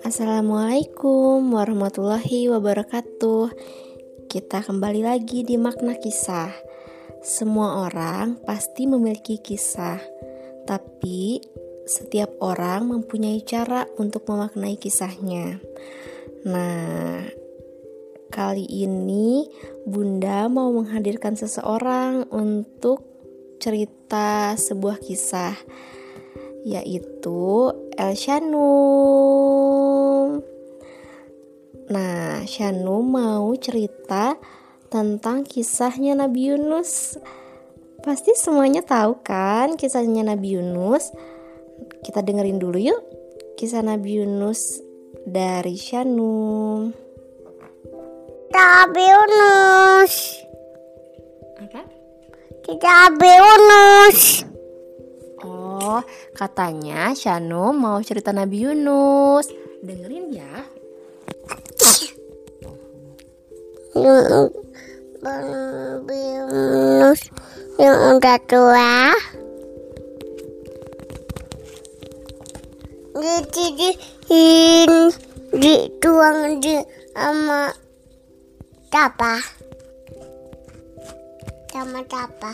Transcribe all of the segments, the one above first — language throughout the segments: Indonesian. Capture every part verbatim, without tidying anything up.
Assalamualaikum warahmatullahi wabarakatuh. Kita kembali lagi di Makna Kisah. Semua orang pasti memiliki kisah, tapi setiap orang mempunyai cara untuk memaknai kisahnya. Nah, kali ini Bunda mau menghadirkan seseorang untuk cerita sebuah kisah, yaitu El Shanum. Nah, Shanum mau cerita tentang kisahnya Nabi Yunus. Pasti semuanya tahu kan kisahnya Nabi Yunus? Kita dengerin dulu yuk kisah Nabi Yunus dari Shanum. Nabi Yunus. Apa? Nabi Yunus. Oh, katanya Shanum mau cerita Nabi Yunus. Dengerin ya. Nabi Yunus yang udah tua didihin, dituang di sama apa? Sama apa?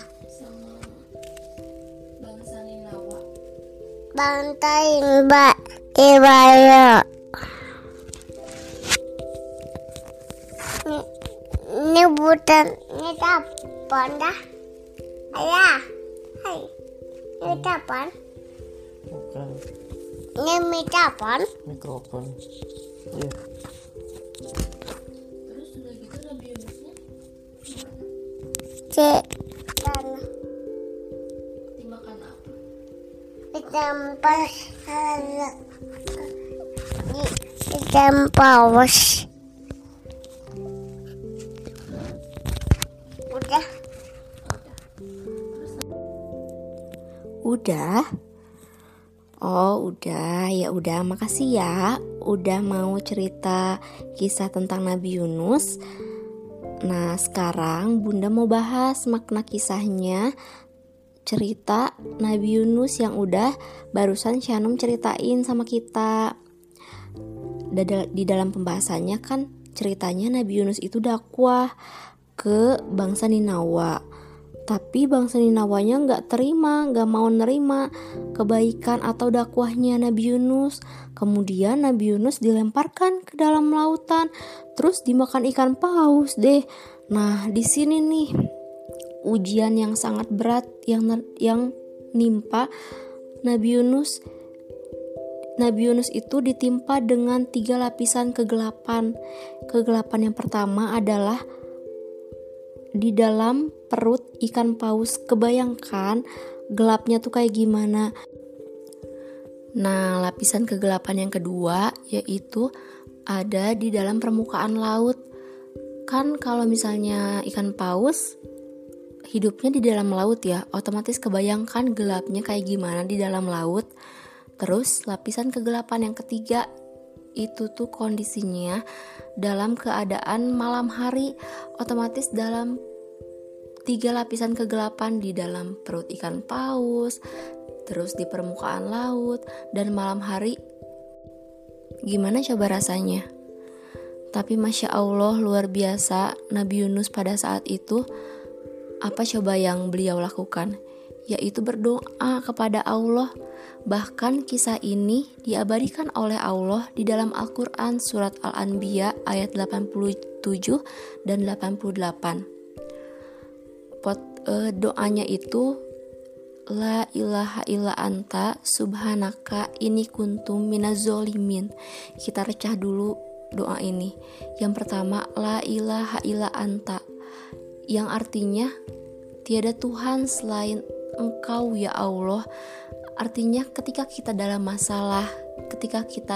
Bantai Mbak Ibaya. Ini, ini bukan ini kapan dah? Ayah, hai, ini kapan? Bukan. Ini mie kapan? Mikrofon. Iya. Terus udah gitu Nabi Yunusnya Cek dan dimakan apa? ditempel di ditempel. Udah. Udah. Oh, udah. Ya udah, makasih ya udah mau cerita kisah tentang Nabi Yunus. Nah, sekarang Bunda mau bahas makna kisahnya, cerita Nabi Yunus yang udah barusan Shanum ceritain sama kita. Di dalam pembahasannya kan ceritanya Nabi Yunus itu dakwah ke bangsa Ninawa. Tapi bangsa Ninawanya gak terima, gak mau nerima kebaikan atau dakwahnya Nabi Yunus. Kemudian Nabi Yunus dilemparkan ke dalam lautan, terus dimakan ikan paus deh. Nah, di sini nih ujian yang sangat berat yang yang nimpa Nabi Yunus. Nabi Yunus itu ditimpa dengan tiga lapisan kegelapan. Kegelapan yang pertama adalah di dalam perut ikan paus. Kebayangkan gelapnya tuh kayak gimana. Nah, lapisan kegelapan yang kedua yaitu ada di dalam permukaan laut. Kan kalau misalnya ikan paus hidupnya di dalam laut ya, otomatis kebayangkan gelapnya kayak gimana di dalam laut. Terus lapisan kegelapan yang ketiga itu tuh kondisinya dalam keadaan malam hari, otomatis dalam tiga lapisan kegelapan di dalam perut ikan paus, terus di permukaan laut, dan malam hari. Gimana coba rasanya? Tapi Masya Allah, luar biasa Nabi Yunus pada saat itu. Apa coba yang beliau lakukan? Yaitu berdoa kepada Allah. Bahkan kisah ini diabadikan oleh Allah di dalam Al-Quran surat Al-Anbiya ayat delapan puluh tujuh dan delapan puluh delapan. Pot, eh, doanya itu La ilaha illa anta subhanaka ini kuntum minaz zolimin. Kita recah dulu doa ini. Yang pertama, La ilaha illa anta, yang artinya tiada Tuhan selain Engkau ya Allah. Artinya ketika kita dalam masalah, ketika kita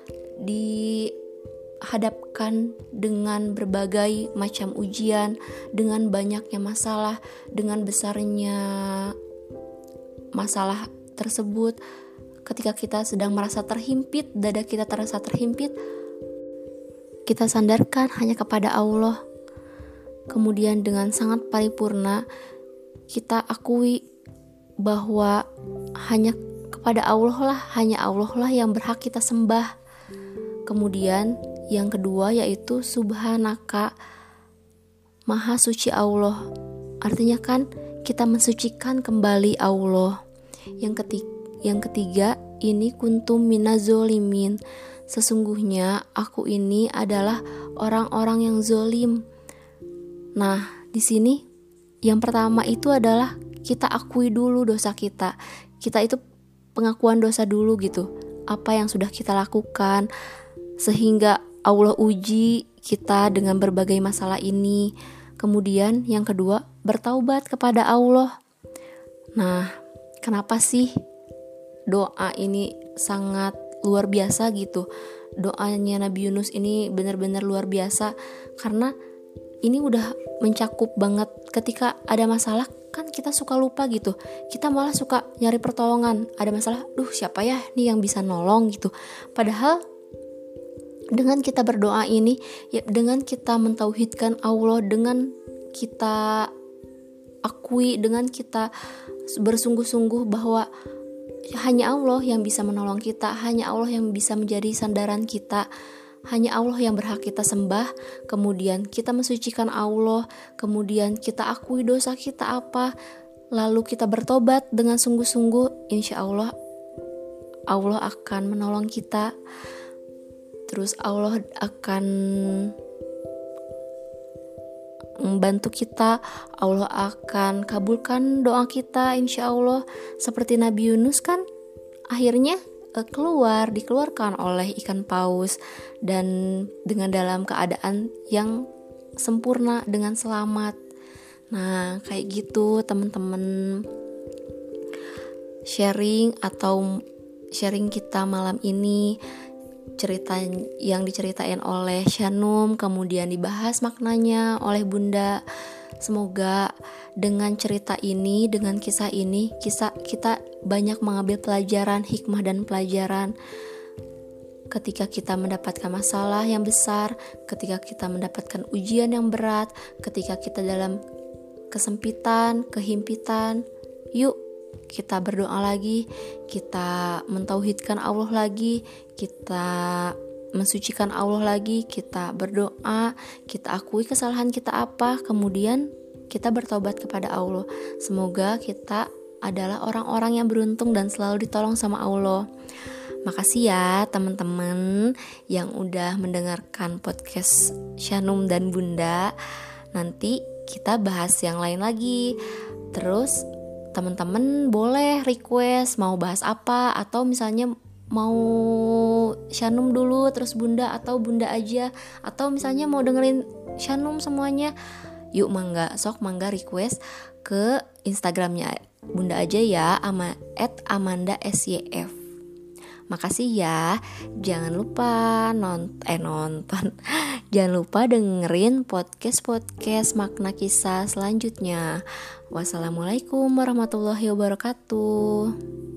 dihadapkan dengan berbagai macam ujian, dengan banyaknya masalah, dengan besarnya masalah tersebut, ketika kita sedang merasa terhimpit, dada kita terasa terhimpit, kita sandarkan hanya kepada Allah. Kemudian dengan sangat paripurna kita akui bahwa hanya kepada Allah lah, hanya Allah lah yang berhak kita sembah. Kemudian yang kedua yaitu subhanaka, maha suci Allah. Artinya kan kita mensucikan kembali Allah. Yang ketiga, yang ketiga ini kuntum minazolimin, sesungguhnya aku ini adalah orang-orang yang zolim. Nah, di sini yang pertama itu adalah kita akui dulu dosa kita. Kita itu pengakuan dosa dulu gitu. Apa yang sudah kita lakukan sehingga Allah uji kita dengan berbagai masalah ini. Kemudian yang kedua, bertaubat kepada Allah. Nah, kenapa sih doa ini sangat luar biasa gitu? Doanya Nabi Yunus ini benar-benar luar biasa karena ini udah mencakup banget. Ketika ada masalah kan kita suka lupa gitu, kita malah suka nyari pertolongan. Ada masalah, duh siapa ya nih yang bisa nolong gitu. Padahal dengan kita berdoa ini, ya dengan kita mentauhidkan Allah, dengan kita akui, dengan kita bersungguh-sungguh bahwa hanya Allah yang bisa menolong kita, hanya Allah yang bisa menjadi sandaran kita, hanya Allah yang berhak kita sembah. Kemudian kita mensucikan Allah, kemudian kita akui dosa kita apa, lalu kita bertobat dengan sungguh-sungguh, insya Allah Allah akan menolong kita. Terus Allah akan membantu kita, Allah akan kabulkan doa kita insya Allah. Seperti Nabi Yunus kan akhirnya keluar, dikeluarkan oleh ikan paus dan dengan dalam keadaan yang sempurna dengan selamat. Nah kayak gitu teman-teman, sharing atau sharing kita malam ini, cerita yang diceritain oleh Shanum, kemudian dibahas maknanya oleh Bunda. Semoga dengan cerita ini, dengan kisah ini, kisah kita banyak mengambil pelajaran, hikmah dan pelajaran. Ketika kita mendapatkan masalah yang besar, ketika kita mendapatkan ujian yang berat, ketika kita dalam kesempitan, kehimpitan, yuk kita berdoa lagi, kita mentauhidkan Allah lagi, kita mensucikan Allah lagi, kita berdoa, kita akui kesalahan kita apa, kemudian kita bertobat kepada Allah. Semoga kita adalah orang-orang yang beruntung dan selalu ditolong sama Allah. Makasih ya teman-teman yang udah mendengarkan podcast Shanum dan Bunda. Nanti kita bahas yang lain lagi. Terus teman-teman boleh request mau bahas apa, atau misalnya mau Shanum dulu terus Bunda, atau Bunda aja, atau misalnya mau dengerin Shanum semuanya. Yuk mangga, sok mangga request ke Instagramnya Bunda aja ya, ama et amanda syf. Makasih ya. Jangan lupa non eh nonton. Jangan lupa dengerin podcast-podcast makna kisah selanjutnya. Wassalamualaikum warahmatullahi wabarakatuh.